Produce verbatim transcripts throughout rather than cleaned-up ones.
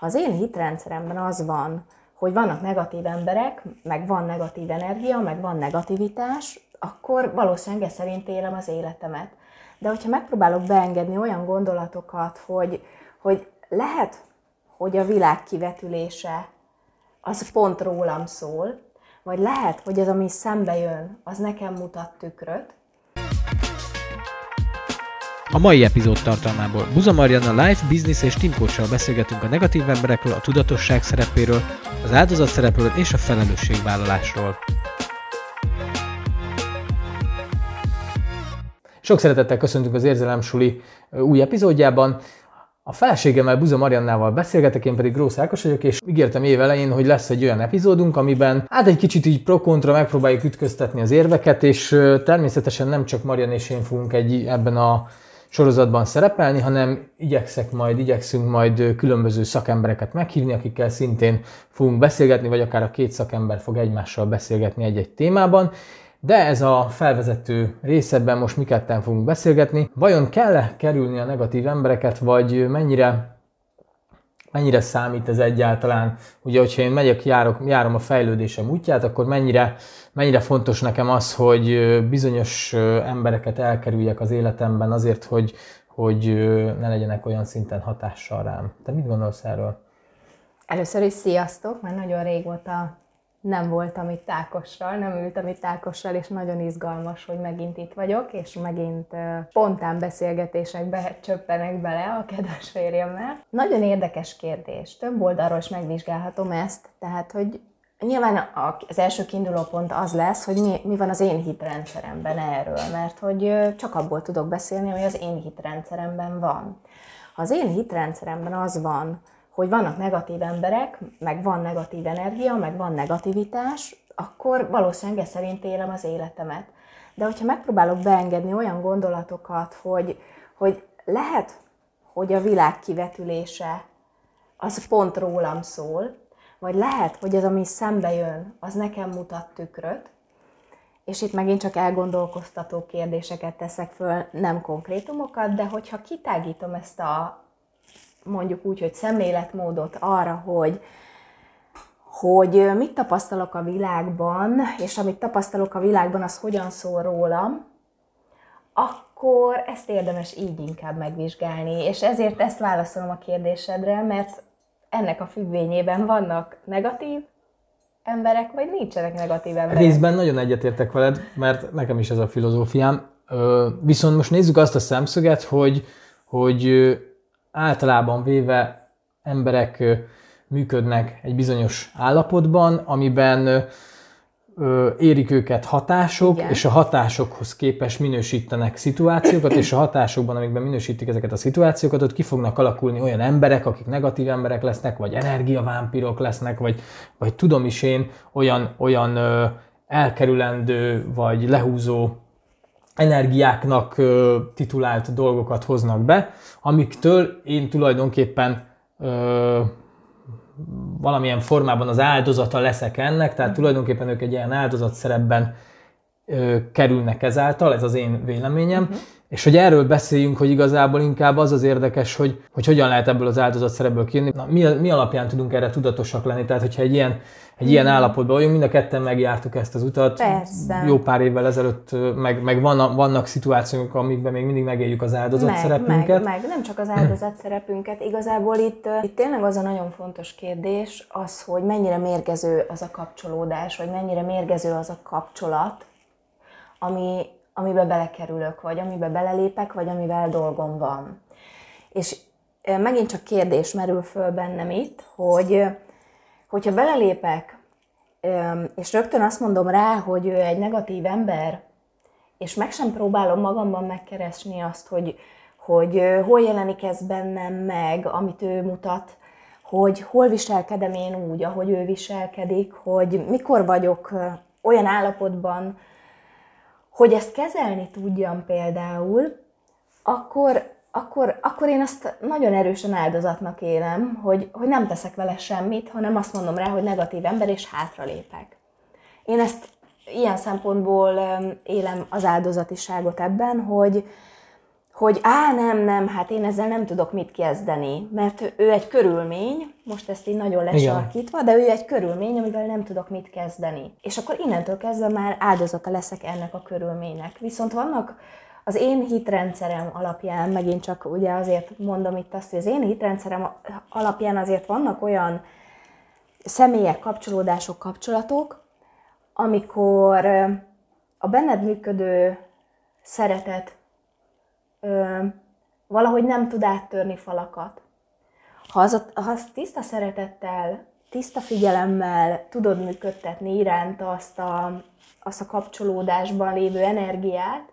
Ha az én hitrendszeremben az van, hogy vannak negatív emberek, meg van negatív energia, meg van negativitás, akkor valószínűleg ez szerint élem az életemet. De hogyha megpróbálok beengedni olyan gondolatokat, hogy, hogy lehet, hogy a világ kivetülése az pont rólam szól, vagy lehet, hogy az, ami szembe jön, az nekem mutat tükröt. A mai epizód tartalmából Buza Marianna life, business és team coach-sal beszélgetünk a negatív emberekről, a tudatosság szerepéről, az áldozat szerepről és a felelősségvállalásról. Sok szeretettel köszöntünk az Érzelem Suli új epizódjában. A feleségemmel, Buza Mariannával beszélgetek, én pedig Grósz Ákos vagyok, és ígértem év elején, hogy lesz egy olyan epizódunk, amiben hát egy kicsit így pro-kontra megpróbáljuk ütköztetni az érveket, és természetesen nem csak Marian és én fogunk egy, ebben a sorozatban szerepelni, hanem igyekszek majd, igyekszünk majd különböző szakembereket meghívni, akikkel szintén fogunk beszélgetni, vagy akár a két szakember fog egymással beszélgetni egy-egy témában. De ez a felvezető részben most mi ketten fogunk beszélgetni. Vajon kell-e kerülni a negatív embereket, vagy mennyire, mennyire számít ez egyáltalán? Ugye, hogyha én megyek, járok, járom a fejlődésem útját, akkor mennyire, mennyire fontos nekem az, hogy bizonyos embereket elkerüljek az életemben azért, hogy, hogy ne legyenek olyan szinten hatással rám. Te mit gondolsz erről? Először is sziasztok, mert nagyon régóta nem voltam itt Ákossal, nem ültem itt Ákossal, és nagyon izgalmas, hogy megint itt vagyok, és megint uh, spontán beszélgetésekbe csöppenek bele a kedves férjemmel. Nagyon érdekes kérdés, több oldalról is megvizsgálhatom ezt, tehát, hogy nyilván az első kiinduló pont az lesz, hogy mi, mi van az én hitrendszeremben erről, mert hogy uh, csak abból tudok beszélni, hogy az én hitrendszeremben van. Ha az én hitrendszeremben az van, hogy vannak negatív emberek, meg van negatív energia, meg van negativitás, akkor valószínűleg ez szerint élem az életemet. De hogyha megpróbálok beengedni olyan gondolatokat, hogy, hogy lehet, hogy a világ kivetülése az pont rólam szól, vagy lehet, hogy az, ami szembe jön, az nekem mutat tükröt, és itt megint csak elgondolkoztató kérdéseket teszek föl, nem konkrétumokat, de hogyha kitágítom ezt a mondjuk úgy, hogy szemléletmódot arra, hogy, hogy mit tapasztalok a világban, és amit tapasztalok a világban, az hogyan szól rólam, akkor ezt érdemes így inkább megvizsgálni. És ezért ezt válaszolom a kérdésedre, mert ennek a függvényében vannak negatív emberek, vagy nincsenek negatív emberek. Részben nagyon egyetértek veled, mert nekem is ez a filozófiám. Viszont most nézzük azt a szemszöget, hogy, hogy általában véve emberek működnek egy bizonyos állapotban, amiben érik őket hatások, igen, és a hatásokhoz képest minősítenek szituációkat, és a hatásokban, amikben minősítik ezeket a szituációkat, ott ki fognak alakulni olyan emberek, akik negatív emberek lesznek, vagy energiavámpirok lesznek, vagy, vagy tudom is én, olyan, olyan elkerülendő, vagy lehúzó energiáknak ö, titulált dolgokat hoznak be, amiktől én tulajdonképpen ö, valamilyen formában az áldozata leszek ennek, tehát tulajdonképpen ők egy ilyen áldozat szerepben ö, kerülnek ezáltal, ez az én véleményem, uh-huh. És hogy erről beszéljünk, hogy igazából inkább az az érdekes, hogy, hogy hogyan lehet ebből az áldozat szerepből kijönni. Na, mi, mi alapján tudunk erre tudatosak lenni, tehát hogyha egy ilyen Egy ilyen állapotban vagyunk, mind a ketten megjártuk ezt az utat. Persze. Jó pár évvel ezelőtt, meg, meg vannak, vannak szituációk, amikben még mindig megéljük az áldozat meg, szerepünket. Meg, meg, nem csak az áldozat szerepünket. Igazából itt, itt tényleg az a nagyon fontos kérdés, az, hogy mennyire mérgező az a kapcsolódás, vagy mennyire mérgező az a kapcsolat, ami, amiben belekerülök, vagy amiben belelépek, vagy amivel dolgom van. És megint csak kérdés merül föl bennem itt, hogy hogyha belelépek, és rögtön azt mondom rá, hogy ő egy negatív ember, és meg sem próbálom magamban megkeresni azt, hogy, hogy hol jelenik ez bennem meg, amit ő mutat, hogy hol viselkedem én úgy, ahogy ő viselkedik, hogy mikor vagyok olyan állapotban, hogy ezt kezelni tudjam például, akkor... Akkor, akkor én azt nagyon erősen áldozatnak élem, hogy, hogy nem teszek vele semmit, hanem azt mondom rá, hogy negatív ember, és hátralépek. Én ezt ilyen szempontból élem az áldozatiságot ebben, hogy, hogy á, nem, nem, hát én ezzel nem tudok mit kezdeni, mert ő egy körülmény, most ezt így nagyon lesarkítva, de ő egy körülmény, amivel nem tudok mit kezdeni. És akkor innentől kezdve már áldozata leszek ennek a körülménynek. Viszont vannak az én hitrendszerem alapján, megint csak ugye azért mondom itt azt, hogy az én hitrendszerem alapján azért vannak olyan személyek, kapcsolódások, kapcsolatok, amikor a benned működő szeretet ö, valahogy nem tud áttörni falakat. Ha az, a, ha az tiszta szeretettel, tiszta figyelemmel tudod működtetni iránt azt a, azt a kapcsolódásban lévő energiát,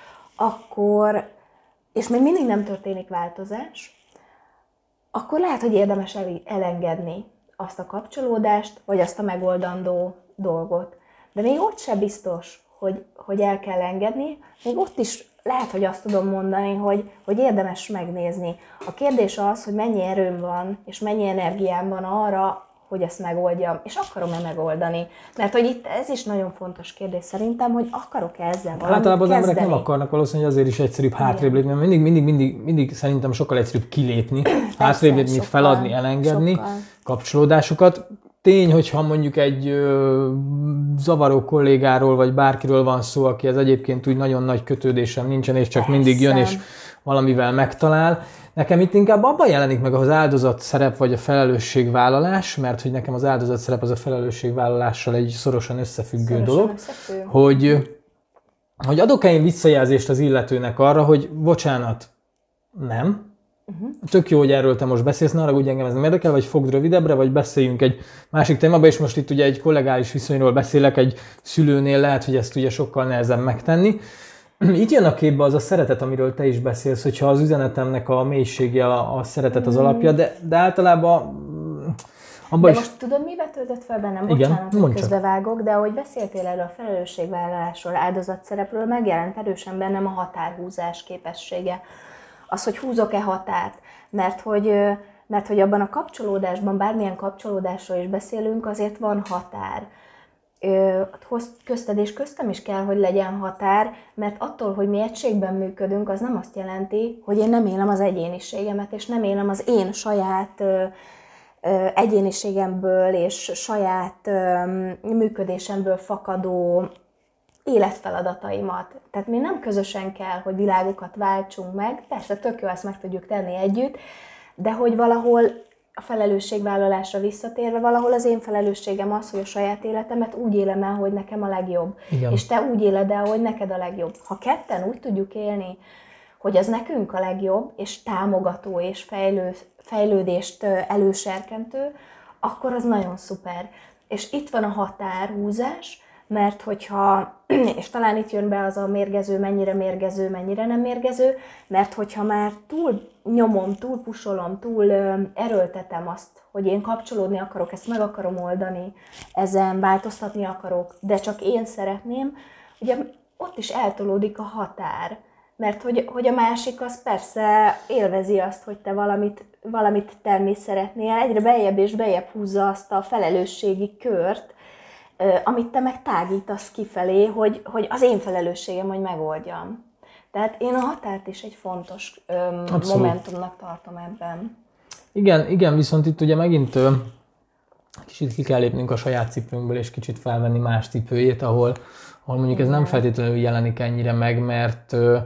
akkor, és még mindig nem történik változás, akkor lehet, hogy érdemes elengedni azt a kapcsolódást, vagy azt a megoldandó dolgot. De még ott se biztos, hogy, hogy el kell engedni, még ott is lehet, hogy azt tudom mondani, hogy, hogy érdemes megnézni. A kérdés az, hogy mennyi erőm van, és mennyi energiám van arra, hogy ezt megoldjam, és akarom-e megoldani. Mert hogy itt ez is nagyon fontos kérdés szerintem, hogy akarok-e ezzel valamit Általában az kezdeni. emberek nem akarnak, valószínűleg azért is egyszerűbb hátrébb lépni, mert mindig, mindig, mindig, mindig szerintem sokkal egyszerűbb kilépni, hátrébb lépni, mint feladni, elengedni sokkal. Kapcsolódásokat. Tény, hogyha mondjuk egy ö, zavaró kollégáról, vagy bárkiről van szó, aki ez egyébként úgy nagyon nagy kötődésem nincsen, és csak Persze. mindig jön, és valamivel megtalál. Nekem itt inkább abban jelenik meg az áldozat szerep, vagy a felelősségvállalás, mert hogy nekem az áldozat szerep az a felelősségvállalással egy szorosan összefüggő szorosan dolog, összefüggő. hogy, hogy adok-e én visszajelzést az illetőnek arra, hogy bocsánat, nem. Uh-huh. Tök jó, hogy erről te most beszélsz, ne arra úgy engem ez nem érdekel, vagy fogd rövidebbre, vagy beszéljünk egy másik témába, és most itt ugye egy kollegális viszonyról beszélek, egy szülőnél lehet, hogy ezt ugye sokkal nehezebb megtenni. Itt jön a képbe az a szeretet, amiről te is beszélsz, hogyha az üzenetemnek a mélysége, a, a szeretet az alapja, de, de általában abban de is... most tudod, mi vetődött fel bennem? Bocsánat, hogy közbevágok, de ahogy beszéltél erről a felelősségvállalásról, áldozatszerepről, megjelent erősen bennem a határhúzás képessége. Az, hogy húzok-e határt, mert hogy, mert hogy abban a kapcsolódásban, bármilyen kapcsolódásról is beszélünk, azért van határ. Közted és köztem is kell, hogy legyen határ, mert attól, hogy mi egységben működünk, az nem azt jelenti, hogy én nem élem az egyéniségemet, és nem élem az én saját egyéniségemből és saját működésemből fakadó életfeladataimat. Tehát mi nem közösen kell, hogy világokat váltsunk meg, persze tök jó, ezt meg tudjuk tenni együtt, de hogy valahol a felelősségvállalásra visszatérve, valahol az én felelősségem az, hogy a saját életemet úgy élem el, hogy nekem a legjobb. Igen. És te úgy éled el, hogy neked a legjobb. Ha ketten úgy tudjuk élni, hogy az nekünk a legjobb, és támogató, és fejlő, fejlődést előserkentő, akkor az nagyon szuper. És itt van a határhúzás, mert hogyha, és talán itt jön be az a mérgező, mennyire mérgező, mennyire nem mérgező, mert hogyha már túl nyomom, túl pusolom, túl erőltetem azt, hogy én kapcsolódni akarok, ezt meg akarom oldani, ezen változtatni akarok, de csak én szeretném, ugye ott is eltolódik a határ, mert hogy, hogy a másik az persze élvezi azt, hogy te valamit, valamit tenni szeretnél, egyre beljebb és beljebb húzza azt a felelősségi kört, amit te meg tágítasz kifelé, hogy, hogy az én felelősségem, hogy megoldjam. Tehát én a határt is egy fontos öm, momentumnak tartom ebben. Igen, igen, viszont itt ugye megint ö, kicsit ki kell lépnünk a saját cipőnkből, és kicsit felvenni más cipőjét, ahol, ahol mondjuk igen. ez nem feltétlenül jelenik ennyire meg, mert, ö,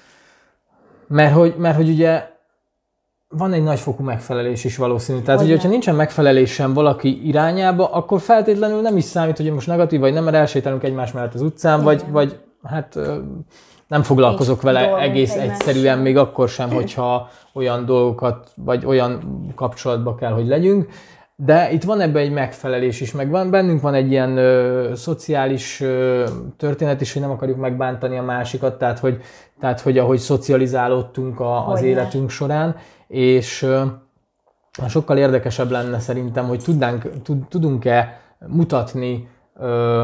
mert, hogy, mert hogy ugye van egy nagyfokú megfelelés is valószínű. Tehát, hogy hogyha nincsen megfelelés sem valaki irányába, akkor feltétlenül nem is számít, hogy most negatív vagy nem, mert elsétálunk egymás mellett az utcán, vagy, vagy hát nem foglalkozok vele egész egyszerűen, még akkor sem, hogyha olyan dolgokat, vagy olyan kapcsolatba kell, hogy legyünk. De itt van ebben egy megfelelés is, meg van, bennünk van egy ilyen ö, szociális ö, történet is, hogy nem akarjuk megbántani a másikat, tehát hogy, tehát, hogy ahogy szocializálódtunk a, az életünk során, és ö, sokkal érdekesebb lenne szerintem, hogy tudnánk, tudunk-e mutatni ö,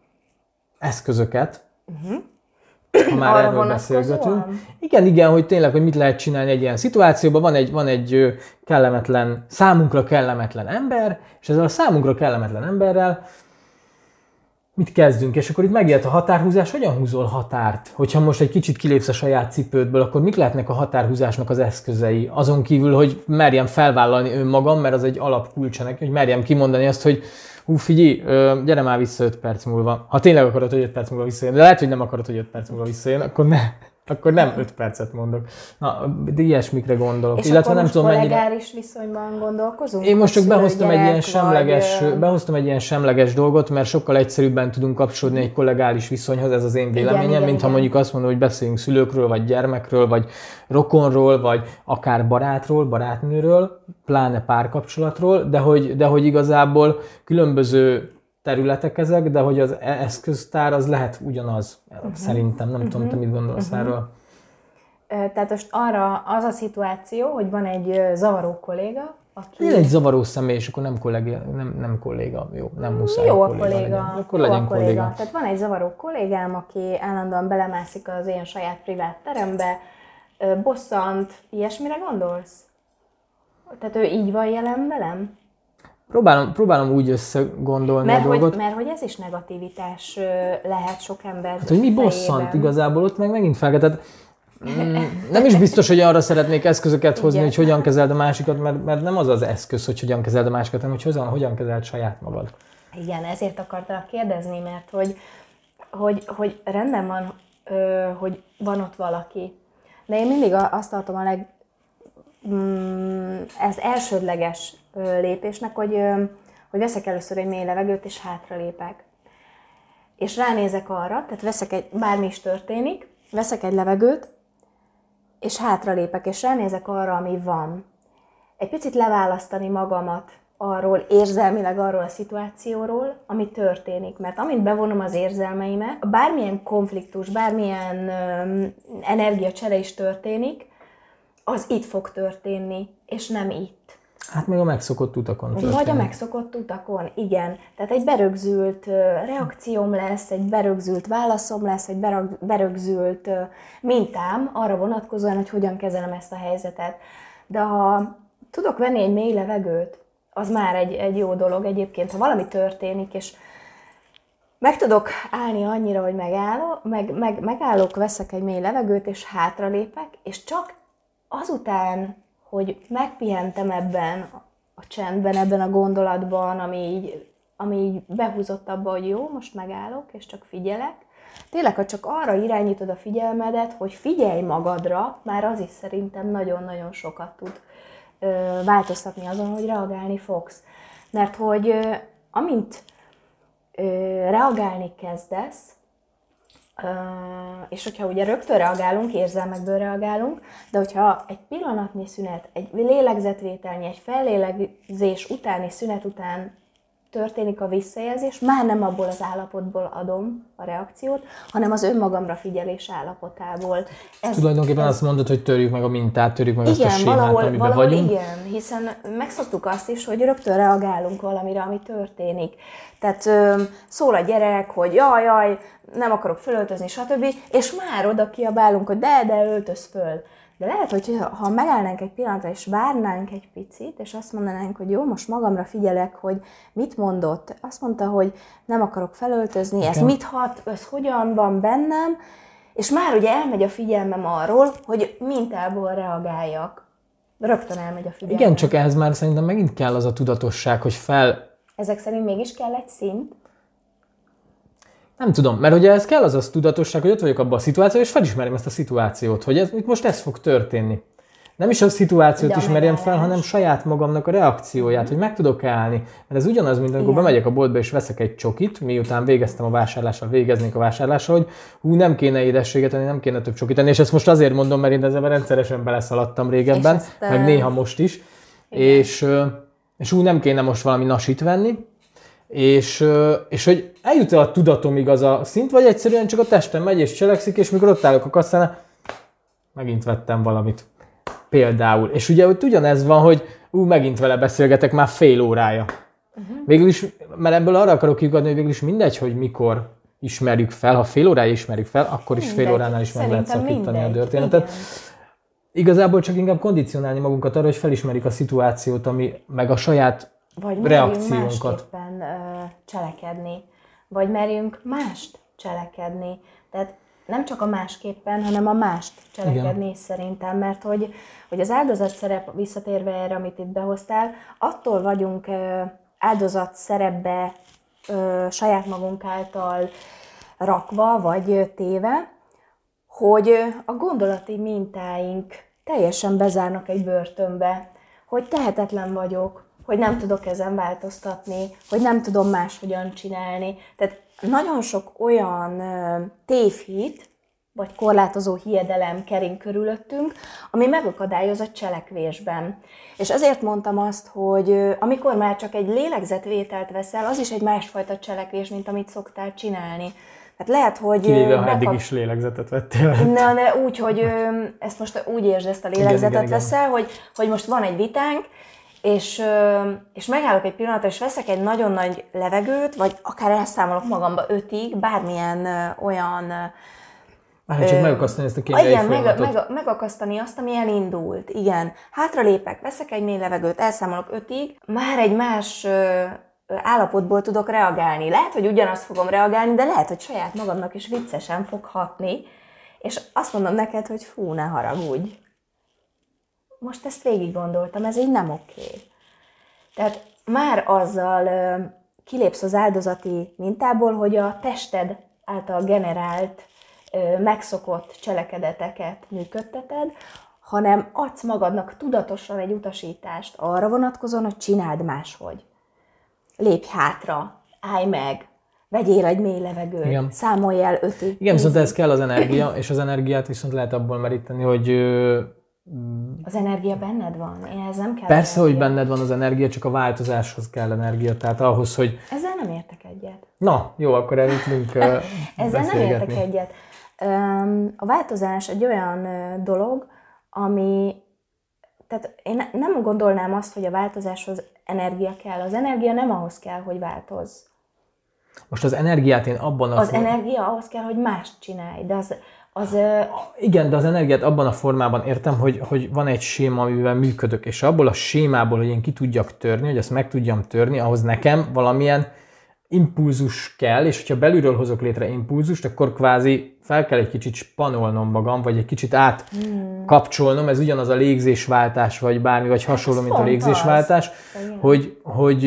eszközöket, uh-huh. ha már arra erről beszélgetünk. Igen, igen, hogy tényleg, hogy mit lehet csinálni egy ilyen szituációban. Van egy, van egy kellemetlen, számunkra kellemetlen ember, és ezzel a számunkra kellemetlen emberrel mit kezdünk? És akkor itt megjött a határhúzás, hogyan húzol határt? Hogyha most egy kicsit kilépsz a saját cipődből, akkor mik lehetnek a határhúzásnak az eszközei? Azon kívül, hogy merjem felvállalni önmagam, mert az egy alapkulcsa neki, hogy merjem kimondani azt, hogy hú, figyelj, gyere már vissza öt perc múlva. Ha tényleg akarod, hogy öt perc múlva visszajön, de lehet, hogy nem akarod, hogy öt perc múlva visszajön, akkor ne. Akkor nem öt percet mondok. Na, de ilyesmikre gondolok. És illetve akkor nem most tudom, kollégáris mennyire... viszonyban gondolkozunk? Én most csak behoztam egy, ilyen vagy... semleges, behoztam egy ilyen semleges dolgot, mert sokkal egyszerűbben tudunk kapcsolódni egy kollegális viszonyhoz, ez az én véleményem, igen, mint igen, ha mondjuk azt mondom, hogy beszéljünk szülőkről, vagy gyermekről, vagy rokonról, vagy akár barátról, barátnőről, pláne párkapcsolatról, de hogy, de hogy igazából különböző területek ezek, de hogy az eszköztár az lehet ugyanaz. Uh-huh. Szerintem, nem uh-huh. tudom, te mit gondolsz uh-huh. erről. Tehát most arra az a szituáció, hogy van egy zavaró kolléga, aki... Én egy zavaró személy, és akkor nem kolléga, nem, nem kolléga, jó, nem muszáj jó a kolléga, kolléga legyen. Akkor jó legyen a kolléga. kolléga. Tehát van egy zavaró kollégám, aki állandóan belemászik az én saját privát terembe, bosszant, ilyesmire gondolsz? Tehát ő így van jelen velem? Próbálom, próbálom úgy összegondolni mert a hogy, dolgot. Mert hogy ez is negativitás lehet sok ember Hát, hogy mi bosszant igazából, ott meg megint felgetett. Nem is biztos, hogy arra szeretnék eszközöket hozni, igen, hogy hogyan kezeld a másikat, mert, mert nem az az eszköz, hogy hogyan kezeld a másikat, hanem hogy hogyan, hogyan kezeld saját magad. Igen, ezért akartalak kérdezni, mert hogy, hogy, hogy rendben van, hogy van ott valaki. De én mindig azt tartom a leg, ez elsődleges lépésnek, hogy, hogy veszek először egy mély levegőt, és hátralépek. És ránézek arra, tehát veszek egy, bármi is történik, veszek egy levegőt, és hátralépek, és ránézek arra, ami van. Egy picit leválasztani magamat arról, érzelmileg arról a szituációról, ami történik. Mert amint bevonom az érzelmeimet, bármilyen konfliktus, bármilyen öm, energiacsere is történik, az itt fog történni, és nem itt. Hát még a megszokott utakon történik. Vagy a megszokott utakon, igen. Tehát egy berögzült reakcióm lesz, egy berögzült válaszom lesz, egy berögzült mintám arra vonatkozóan, hogy hogyan kezelem ezt a helyzetet. De ha tudok venni egy mély levegőt, az már egy, egy jó dolog egyébként. Ha valami történik, és meg tudok állni annyira, hogy megállok, meg, meg, megállok, veszek egy mély levegőt, és hátralépek, és csak azután, hogy megpihentem ebben a csendben, ebben a gondolatban, ami így, ami így behúzott abba, hogy jó, most megállok, és csak figyelek. Tényleg, ha csak arra irányítod a figyelmedet, hogy figyelj magadra, már az is szerintem nagyon-nagyon sokat tud ö, változtatni azon, hogy reagálni fogsz. Mert hogy ö, amint ö, reagálni kezdesz, Uh, és hogyha ugye rögtön reagálunk, érzelmekből reagálunk, de hogyha egy pillanatnyi szünet, egy lélegzetvételnyi, egy fellélegzés utáni szünet után történik a visszajelzés, már nem abból az állapotból adom a reakciót, hanem az önmagamra figyelés állapotából. Ez, Tulajdonképpen ez... azt mondod, hogy törjük meg a mintát, törjük meg igen, azt a sémát, valahol, amiben valahol vagyunk. Igen, hiszen megszoktuk azt is, hogy rögtön reagálunk valamire, ami történik. Tehát ö, szól a gyerek, hogy jaj, jaj, nem akarok fölöltözni, stb. És már oda kiabálunk, hogy de, de öltöz föl. De lehet, hogy ha megállnánk egy pillanatra, és várnánk egy picit, és azt mondanánk, hogy jó, most magamra figyelek, hogy mit mondott. Azt mondta, hogy nem akarok felöltözni, okay. Ez mit hat, ez hogyan van bennem, és már ugye elmegy a figyelmem arról, hogy mintából reagáljak. Rögtön elmegy a figyelmem. Igen, csak ehhez már szerintem megint kell az a tudatosság, hogy fel... Ezek szerint mégis kell egy szint? Nem tudom, mert ugye ez kell az a tudatosság, hogy ott vagyok abban a szituációban, és felismerem ezt a szituációt, hogy ez, most ez fog történni. Nem is a szituációt ismerjem fel, hanem saját magamnak a reakcióját, hogy meg tudok állni. Mert ez ugyanaz, mint amikor igen. bemegyek a boltba és veszek egy csokit, miután végeztem a vásárlással, végeznék a vásárlással, hogy hú, nem kéne édességet enni, nem kéne több csokit enni, és ezt most azért mondom, mert én ezzel rendszeresen beleszaladtam régebben, ezt, meg néha most is, és, és hú, nem kéne most valami nasit venni, és, és hogy eljut-e a tudatomig az a szint, vagy egyszerűen csak a testem megy és cselekszik, és mikor ott állok a kasszánál, megint vettem valamit. Például. És ugye ott ugyanez van, hogy ú, megint vele beszélgetek már fél órája. Uh-huh. Végül is, mert ebből arra akarok kiukadni, hogy végül is mindegy, hogy mikor ismerjük fel, ha fél órája ismerjük fel, akkor is mindegy. Fél óránál is meg lehet szakítani mindegy. A történetet. Igen. Igazából csak inkább kondicionálni magunkat arra, hogy felismerjük a szituációt, ami meg a saját vagy reakciónkat. Vagy másképpen ö, cselekedni. vagy merjünk mást cselekedni. Tehát nem csak a másképpen, hanem a mást cselekedni is szerintem, mert hogy, hogy az áldozat szerep, visszatérve erre, amit itt behoztál, attól vagyunk áldozat szerepbe saját magunk által rakva, vagy téve, hogy a gondolati mintáink teljesen bezárnak egy börtönbe, hogy tehetetlen vagyok, hogy nem tudok ezen változtatni, hogy nem tudom máshogyan csinálni. Tehát nagyon sok olyan tévhit, vagy korlátozó hiedelem kering körülöttünk, ami megakadályoz a cselekvésben. És ezért mondtam azt, hogy amikor már csak egy lélegzetvételt veszel, az is egy másfajta cselekvés, mint amit szoktál csinálni. Tehát lehet, hogy... Kivéve, ha eddig is lélegzetet vettél. Na, de úgy, hogy ezt most úgy értsd, ezt a lélegzetet igen, igen, veszel, igen. Hogy, hogy most van egy vitánk, és, és megállok egy pillanatra, és veszek egy nagyon nagy levegőt, vagy akár elszámolok magamba ötig, bármilyen olyan... Hát csak megakasztani ezt a kémiai folyamatot. Meg, meg, megakasztani azt, ami elindult. Igen. Hátralépek, veszek egy mély levegőt, elszámolok ötig, már egy más állapotból tudok reagálni. Lehet, hogy ugyanazt fogom reagálni, de lehet, hogy saját magamnak is viccesen fog hatni, és azt mondom neked, hogy fú, ne haragudj. Most ezt végig gondoltam, ez így nem oké. Tehát már azzal kilépsz az áldozati mintából, hogy a tested által generált, megszokott cselekedeteket működteted, hanem adsz magadnak tudatosan egy utasítást arra vonatkozóan, hogy csináld máshogy. Lépj hátra, állj meg, vegyél egy mély levegőt, igen. Számolj el ötig. Igen, viszont ez kell az energia, és az energiát viszont lehet abból meríteni, hogy... Az energia benned van? Én ez nem kell. Persze, energia. Hogy benned van az energia, csak a változáshoz kell energia, tehát ahhoz, hogy... Ezzel nem értek egyet. Na, jó, akkor eljutunk Ezzel nem értek egyet. A változás egy olyan dolog, ami... Tehát én nem gondolnám azt, hogy a változáshoz energia kell. Az energia nem ahhoz kell, hogy változz. Most az energiát én abban a... Az for... energia ahhoz kell, hogy mást csinálj, de az... az igen, de az energiát abban a formában értem, hogy, hogy van egy séma, amivel működök, és abból a sémából, hogy én ki tudjak törni, hogy azt meg tudjam törni, ahhoz nekem valamilyen impulzus kell, és hogyha belülről hozok létre impulzust, akkor kvázi fel kell egy kicsit spanolnom magam, vagy egy kicsit átkapcsolnom, ez ugyanaz a légzésváltás, vagy bármi, vagy hasonló, hát mint a légzésváltás, hogy, hogy,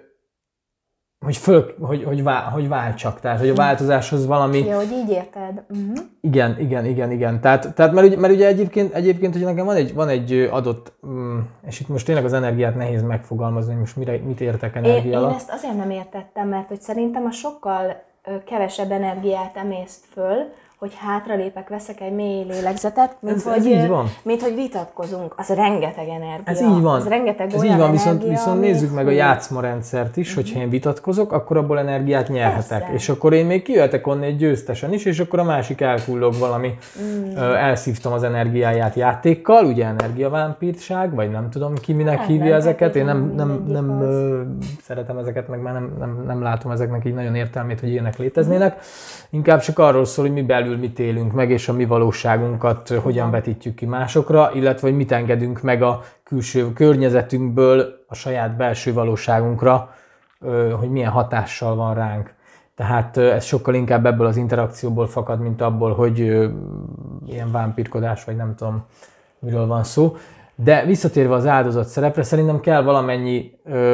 hogy, föl, hogy, hogy, vál, hogy váltsak, tehát hogy a változáshoz valami... Ja, hogy így érted. Uh-huh. Igen, igen, igen, igen. Tehát, tehát mert, mert ugye egyébként, egyébként hogy nekem van egy, van egy adott, és itt most tényleg az energiát nehéz megfogalmazni, hogy most mire, mit értek energia alatt. Én, én ezt azért nem értettem, mert hogy szerintem a sokkal kevesebb energiát emészt föl, hogy hátralépek, veszek egy mély lélegzetet, mint, ez, hogy, ez mint hogy vitatkozunk. Az rengeteg energia. Ez így van. Az rengeteg ez olyan így van, energia, viszont, viszont nézzük meg a játszmarendszert is, uh-huh. hogyha én vitatkozok, akkor abból energiát nyerhetek. Persze. És akkor én még kijöhetek onnét győztesen is, és akkor a másik elkullog valami. Mm. Elszívtam az energiáját játékkal, ugye energiavámpírság, vagy nem tudom ki minek hát, hívja nem, ezeket. Én nem, nem, nem, nem szeretem ezeket, meg már nem, nem, nem látom ezeknek így nagyon értelmét, hogy ilyenek léteznének. Mm. Inkább csak arról szól, hogy mi belül mit élünk meg, és a mi valóságunkat hogyan vetítjük ki másokra, illetve hogy mit engedünk meg a külső környezetünkből a saját belső valóságunkra, hogy milyen hatással van ránk. Tehát ez sokkal inkább ebből az interakcióból fakad, mint abból, hogy ilyen vámpírkodás, vagy nem tudom, miről van szó. De visszatérve az áldozat szerepre, szerintem kell valamennyi...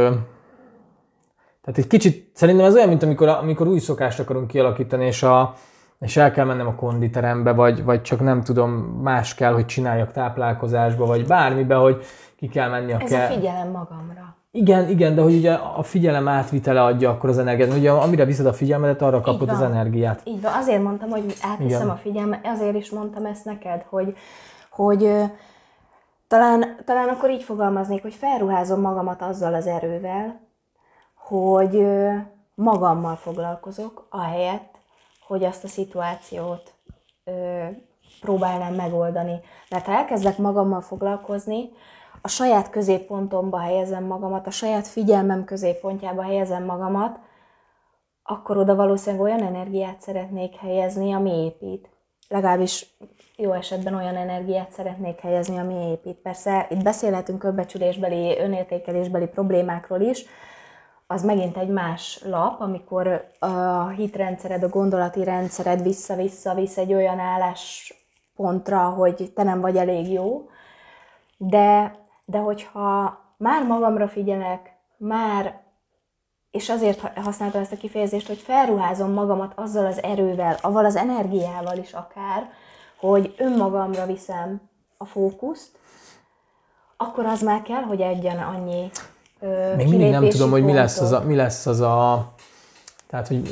Tehát egy kicsit, szerintem ez olyan, mint amikor, amikor új szokást akarunk kialakítani, és a és el kell mennem a konditerembe, vagy, vagy csak nem tudom, más kell, hogy csináljak táplálkozásba, vagy bármibe, hogy ki kell menni a Ez kell. a figyelem magamra. Igen, igen, de hogy ugye a figyelem átvitele adja akkor az energiát. Ugye amire viszed a figyelmedet, arra kapod az energiát. Így van, azért mondtam, hogy átviszem igen. a figyelmet, azért is mondtam ezt neked, hogy, hogy talán, talán akkor így fogalmaznék, hogy felruházom magamat azzal az erővel, hogy magammal foglalkozok, ahelyett, hogy azt a szituációt ö, próbálnám megoldani. Mert ha elkezdek magammal foglalkozni, a saját középpontomba helyezem magamat, a saját figyelmem középpontjába helyezem magamat, akkor oda valószínűleg olyan energiát szeretnék helyezni, ami épít. Legalábbis jó esetben olyan energiát szeretnék helyezni, ami épít. Persze itt beszélhetünk önbecsülésbeli, önértékelésbeli problémákról is, az megint egy más lap, amikor a hitrendszered, a gondolati rendszered vissza-vissza visz egy olyan álláspontra, hogy te nem vagy elég jó, de, de hogyha már magamra figyelek, már, és azért használtam ezt a kifejezést, hogy felruházom magamat azzal az erővel, avval az energiával is akár, hogy önmagamra viszem a fókuszt, akkor az már kell, hogy egyen annyi ö, Még mindig nem tudom, hogy mi lesz, az a, pontot. mi lesz az a... Tehát, hogy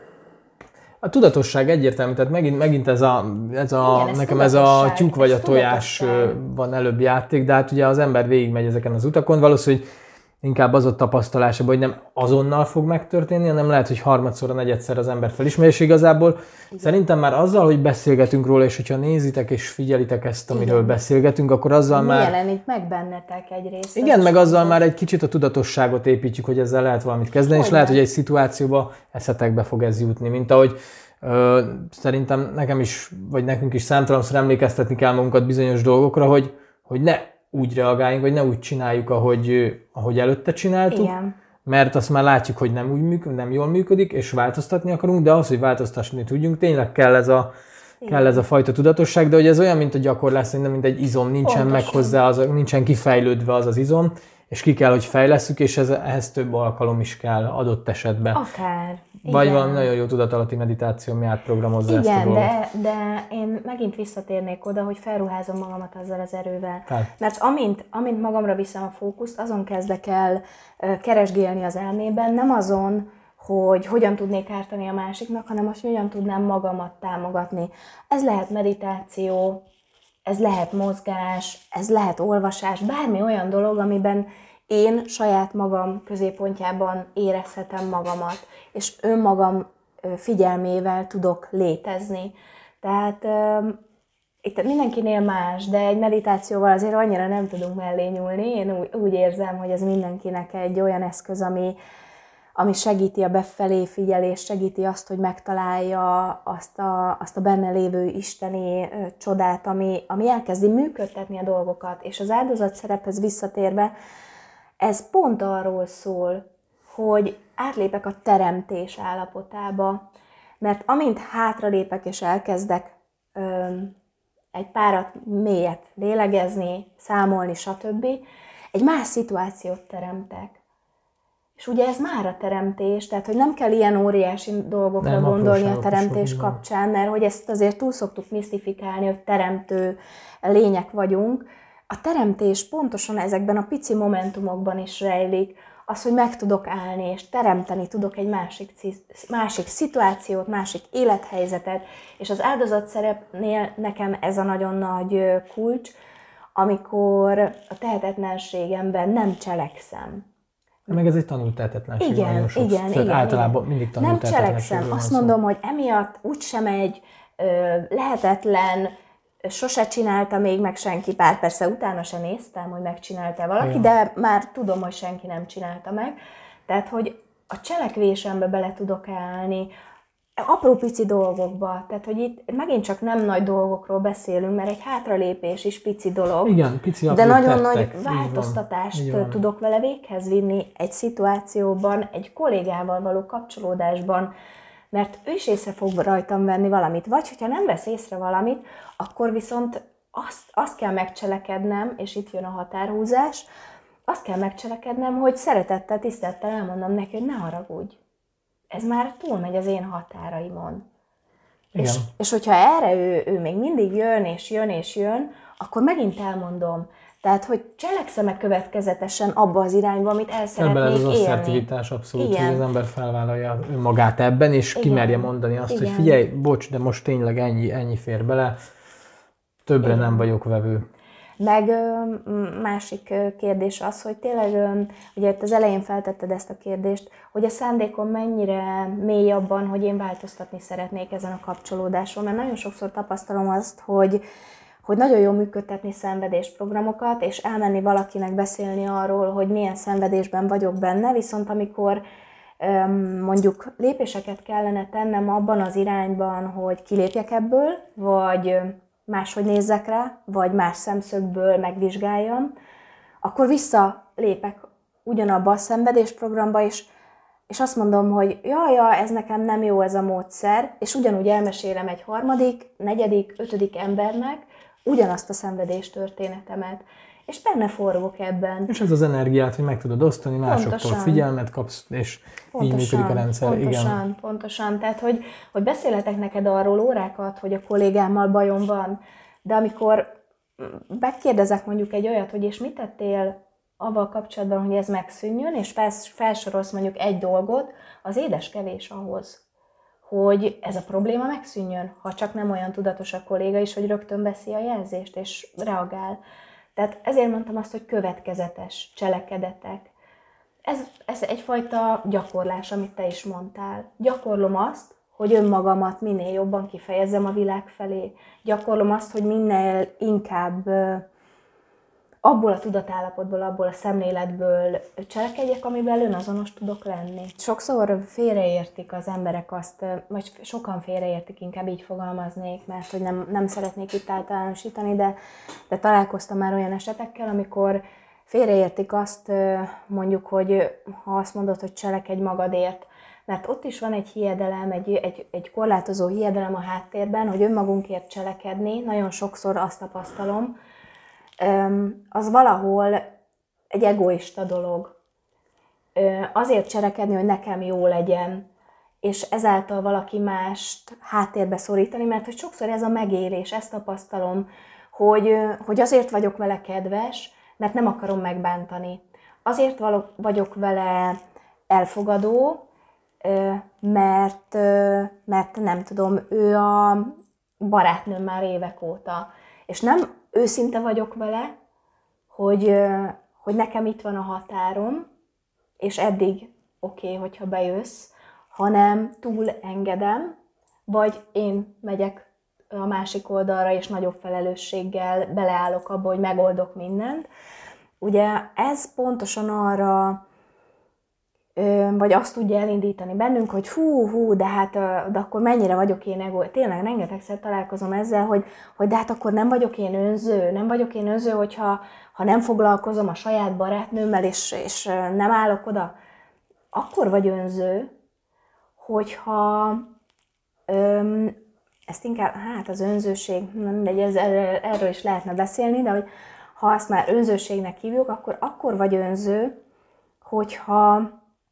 a tudatosság egyértelmű, tehát megint, megint ez a, ez a Igen, ez nekem ez a tyúk vagy ez a tojás tudatosság. van előbb játék, de hát ugye az ember végigmegy ezeken az utakon, valószínűleg inkább az a tapasztalása, hogy nem azonnal fog megtörténni, hanem lehet, hogy harmadszor, negyedszer az ember felismeri, és igazából igen. Szerintem már azzal, hogy beszélgetünk róla, és hogyha nézitek és figyelitek ezt, amiről igen. beszélgetünk, akkor azzal mi már... Mi jelenik meg bennetek egyrészt? Igen, meg azzal már egy kicsit a tudatosságot építjük, hogy ezzel lehet valamit kezdeni, hogy és lehet, hogy egy szituációba eszetekbe fog ez jutni, mint ahogy ö, szerintem nekem is, vagy nekünk is számtalanszor emlékeztetni kell magunkat bizonyos dolgokra, hogy, hogy ne úgy reagáljunk, vagy ne úgy csináljuk, ahogy, ahogy előtte csináltuk, igen. Mert azt már látjuk, hogy nem úgy működik, nem jól működik, és változtatni akarunk, de az, hogy változtatni tudjunk, tényleg kell ez a, kell ez a fajta tudatosság, de hogy ez olyan, mint a gyakorlás, mint egy izom, nincsen pontosan. Meg hozzá, az, nincsen kifejlődve az az izom, és ki kell, hogy fejlesszük, és ez, ehhez több alkalom is kell adott esetben. Akár. Vagy igen. valami nagyon jó tudatalatti meditáció, mi átprogramozza igen, ezt a dolgot. de, de én megint visszatérnék oda, hogy felruházom magamat azzal az erővel. Tehát. Mert amint, amint magamra viszem a fókuszt, azon kezdek el keresgélni az elmében, nem azon, hogy hogyan tudnék ártani a másiknak, hanem azt, hogy hogyan tudnám magamat támogatni. Ez lehet meditáció, ez lehet mozgás, ez lehet olvasás, bármi olyan dolog, amiben én saját magam középpontjában érezhetem magamat, és önmagam figyelmével tudok létezni. Tehát um, itt mindenkinél más, de egy meditációval azért annyira nem tudunk mellé nyúlni. Én úgy, úgy érzem, hogy ez mindenkinek egy olyan eszköz, ami, ami segíti a befelé figyelést, segíti azt, hogy megtalálja azt a, azt a benne lévő isteni ö, csodát, ami, ami elkezdi működtetni a dolgokat. És az áldozat szerephez visszatérve, ez pont arról szól, hogy átlépek a teremtés állapotába, mert amint hátralépek és elkezdek ö, egy párat mélyet lélegezni, számolni, stb., egy más szituációt teremtek. És ugye ez már a teremtés, tehát hogy nem kell ilyen óriási dolgokra nem, gondolni a teremtés kapcsán, mert hogy ezt azért túl szoktuk misztifikálni, hogy teremtő lények vagyunk. A teremtés pontosan ezekben a pici momentumokban is rejlik, az, hogy meg tudok állni és teremteni tudok egy másik, másik szituációt, másik élethelyzetet, és az áldozatszerepnél nekem ez a nagyon nagy kulcs, amikor a tehetetlenségemben nem cselekszem. Meg ez egy tanult tehetetlenség. Igen, sok, igen, igen. Általában igen. mindig tanult nem cselekszem. Azt mondom, hogy emiatt úgysem egy ö, lehetetlen, sose csinálta még meg senki, pár persze utána sem néztem, hogy megcsinálta valaki, igen. De már tudom, hogy senki nem csinálta meg. Tehát, hogy a cselekvésembe bele tudok állni, apró pici dolgokba, tehát, hogy itt megint csak nem nagy dolgokról beszélünk, mert egy hátralépés is pici dolog, igen, pici de nagyon tettek. nagy változtatást tudok vele véghez vinni egy szituációban, egy kollégával való kapcsolódásban, mert ő is észre fog rajtam venni valamit, vagy hogyha nem vesz észre valamit, akkor viszont azt, azt kell megcselekednem, és itt jön a határhúzás, azt kell megcselekednem, hogy szeretettel, tisztelettel elmondom neki, hogy ne haragudj. Ez már túlmegy az én határaimon. És, és hogyha erre ő, ő még mindig jön, és jön, és jön, akkor megint elmondom. Tehát, hogy cselekszem-e következetesen abba az irányba, amit el szeretnék élni. Ebben ez az asszertivitás abszolút, igen. Hogy az ember felvállalja önmagát ebben, és igen. Kimerje mondani azt, igen. Hogy figyelj, bocs, de most tényleg ennyi, ennyi fér bele, többre igen. Nem vagyok vevő. Meg másik kérdés az, hogy tényleg, ugye itt az elején feltetted ezt a kérdést, hogy a szándékom mennyire mély abban, hogy én változtatni szeretnék ezen a kapcsolódáson, mert nagyon sokszor tapasztalom azt, hogy, hogy nagyon jól működtetni szenvedésprogramokat, és elmenni valakinek beszélni arról, hogy milyen szenvedésben vagyok benne, viszont amikor mondjuk lépéseket kellene tennem abban az irányban, hogy kilépjek ebből, vagy máshogy nézzek rá, vagy más szemszögből megvizsgáljam, akkor visszalépek ugyanabba a szenvedésprogramba, és és azt mondom, hogy ja, ja, ez nekem nem jó ez a módszer, és ugyanúgy elmesélem egy harmadik, negyedik, ötödik embernek ugyanazt a szenvedéstörténetemet. És benne forgok ebben. És ez az energiát, hogy meg tudod osztani, másoktól pontosan. Figyelmet kapsz, és pontosan, így működik a rendszer. Pontosan, igen. pontosan. Tehát, hogy, hogy beszélhetek neked arról órákat, hogy a kollégámmal bajom van, de amikor megkérdezek mondjuk egy olyat, hogy és mit tettél avval kapcsolatban, hogy ez megszűnjön, és felsorolsz mondjuk egy dolgot, az édes kevés ahhoz, hogy ez a probléma megszűnjön, ha csak nem olyan tudatos a kolléga is, hogy rögtön veszi a jelzést, és reagál. Tehát ezért mondtam azt, hogy következetes cselekedetek. Ez, ez egyfajta gyakorlás, amit te is mondtál. Gyakorlom azt, hogy önmagamat minél jobban kifejezzem a világ felé. Gyakorlom azt, hogy minél inkább abból a tudatállapotból, abból a szemléletből cselekedjek, amivel önazonos tudok lenni. Sokszor félreértik az emberek azt, vagy sokan félreértik, inkább így fogalmaznék, mert hogy nem, nem szeretnék itt általánosítani, de, de találkoztam már olyan esetekkel, amikor félreértik azt, mondjuk, hogy ha azt mondod, hogy cselekedj magadért, mert ott is van egy hiedelem, egy, egy, egy korlátozó hiedelem a háttérben, hogy önmagunkért cselekedni, nagyon sokszor azt tapasztalom, az valahol egy egoista dolog. Azért cselekedni, hogy nekem jó legyen, és ezáltal valaki mást háttérbe szorítani, mert hogy sokszor ez a megérés, ezt tapasztalom, hogy, hogy azért vagyok vele kedves, mert nem akarom megbántani. Azért vagyok vele elfogadó, mert, mert nem tudom, ő a barátnőm már évek óta. És nem őszinte vagyok vele, hogy, hogy nekem itt van a határom, és eddig oké, okay, hogyha bejössz, hanem túl engedem, vagy én megyek a másik oldalra, és nagyobb felelősséggel beleállok abba, hogy megoldok mindent. Ugye ez pontosan arra, vagy azt tudja elindítani bennünk, hogy hú, hú, de hát de akkor mennyire vagyok én ego. Tényleg rengetegszer találkozom ezzel, hogy, hogy de hát akkor nem vagyok én önző, nem vagyok én önző, hogyha ha nem foglalkozom a saját barátnőmmel, és, és nem állok oda. Akkor vagy önző, hogyha öm, ezt inkább, hát az önzőség, mindegy, ez, erről is lehetne beszélni, de hogy ha azt már önzőségnek hívjuk, akkor akkor vagy önző, hogyha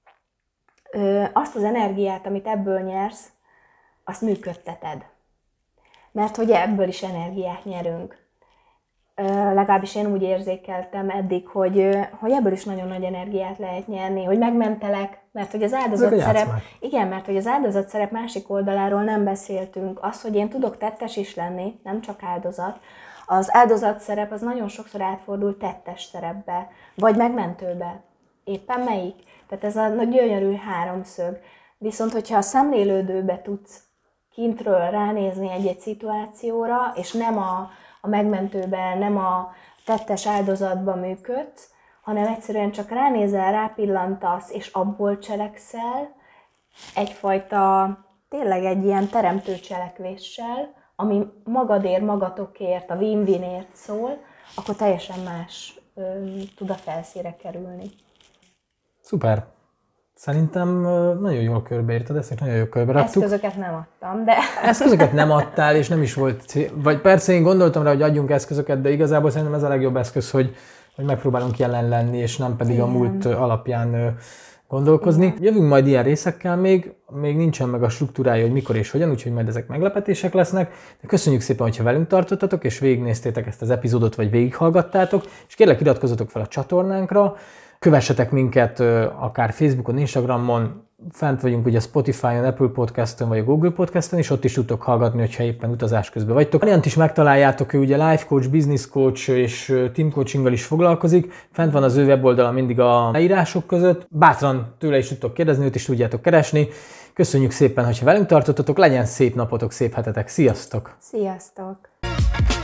azt az energiát, amit ebből nyersz, azt működteted. Mert hogy ebből is energiát nyerünk. Legalábbis én úgy érzékeltem eddig, hogy, hogy ebből is nagyon nagy energiát lehet nyerni, hogy megmentelek, mert hogy az áldozatszerep, igen, mert hogy az áldozatszerep másik oldaláról nem beszéltünk. Az, hogy én tudok tettes is lenni, nem csak áldozat. Az áldozatszerep az nagyon sokszor átfordul tettes szerepbe, vagy megmentőbe. Éppen melyik? Tehát ez a gyönyörű háromszög. Viszont, hogyha a szemlélődőbe tudsz kintről ránézni egy-egy szituációra, és nem a, a megmentőben, nem a tettes áldozatba működsz, hanem egyszerűen csak ránézel, rápillantasz, és abból cselekszel, egyfajta, tényleg egy ilyen teremtő cselekvéssel, ami magadért, magatokért, a win-winért szól, akkor teljesen más ö, tud a felszínre kerülni. Szuper. Szerintem nagyon jól körbeírtad, ezt nagyon jól körberaktuk. Eszközöket nem adtam, de... Eszközöket nem adtál, és nem is volt cél. Vagy persze én gondoltam rá, hogy adjunk eszközöket, de igazából szerintem ez a legjobb eszköz, hogy, hogy megpróbálunk jelen lenni, és nem pedig igen. a múlt alapján gondolkozni. Igen. Jövünk majd ilyen részekkel még, még nincsen meg a struktúrája, hogy mikor és hogyan, úgyhogy majd ezek meglepetések lesznek. De köszönjük szépen, hogyha velünk tartottatok, és végignéztétek ezt az epizódot, vagy végighallgattátok, és kérlek iratkozzatok fel a csatornánkra, kövessetek minket akár Facebookon, Instagramon, fent vagyunk ugye Spotify-on, Apple Podcast-on vagy a Google Podcast-on, és ott is tudtok hallgatni, hogyha éppen utazás közben vagytok. Ariant is megtaláljátok, ő ugye life coach, business coach és team coachinggal is foglalkozik. Fent van az ő weboldala mindig a leírások között. Bátran tőle is tudtok kérdezni, őt is tudjátok keresni. Köszönjük szépen, hogyha velünk tartottatok, legyen szép napotok, szép hetetek. Sziasztok! Sziasztok!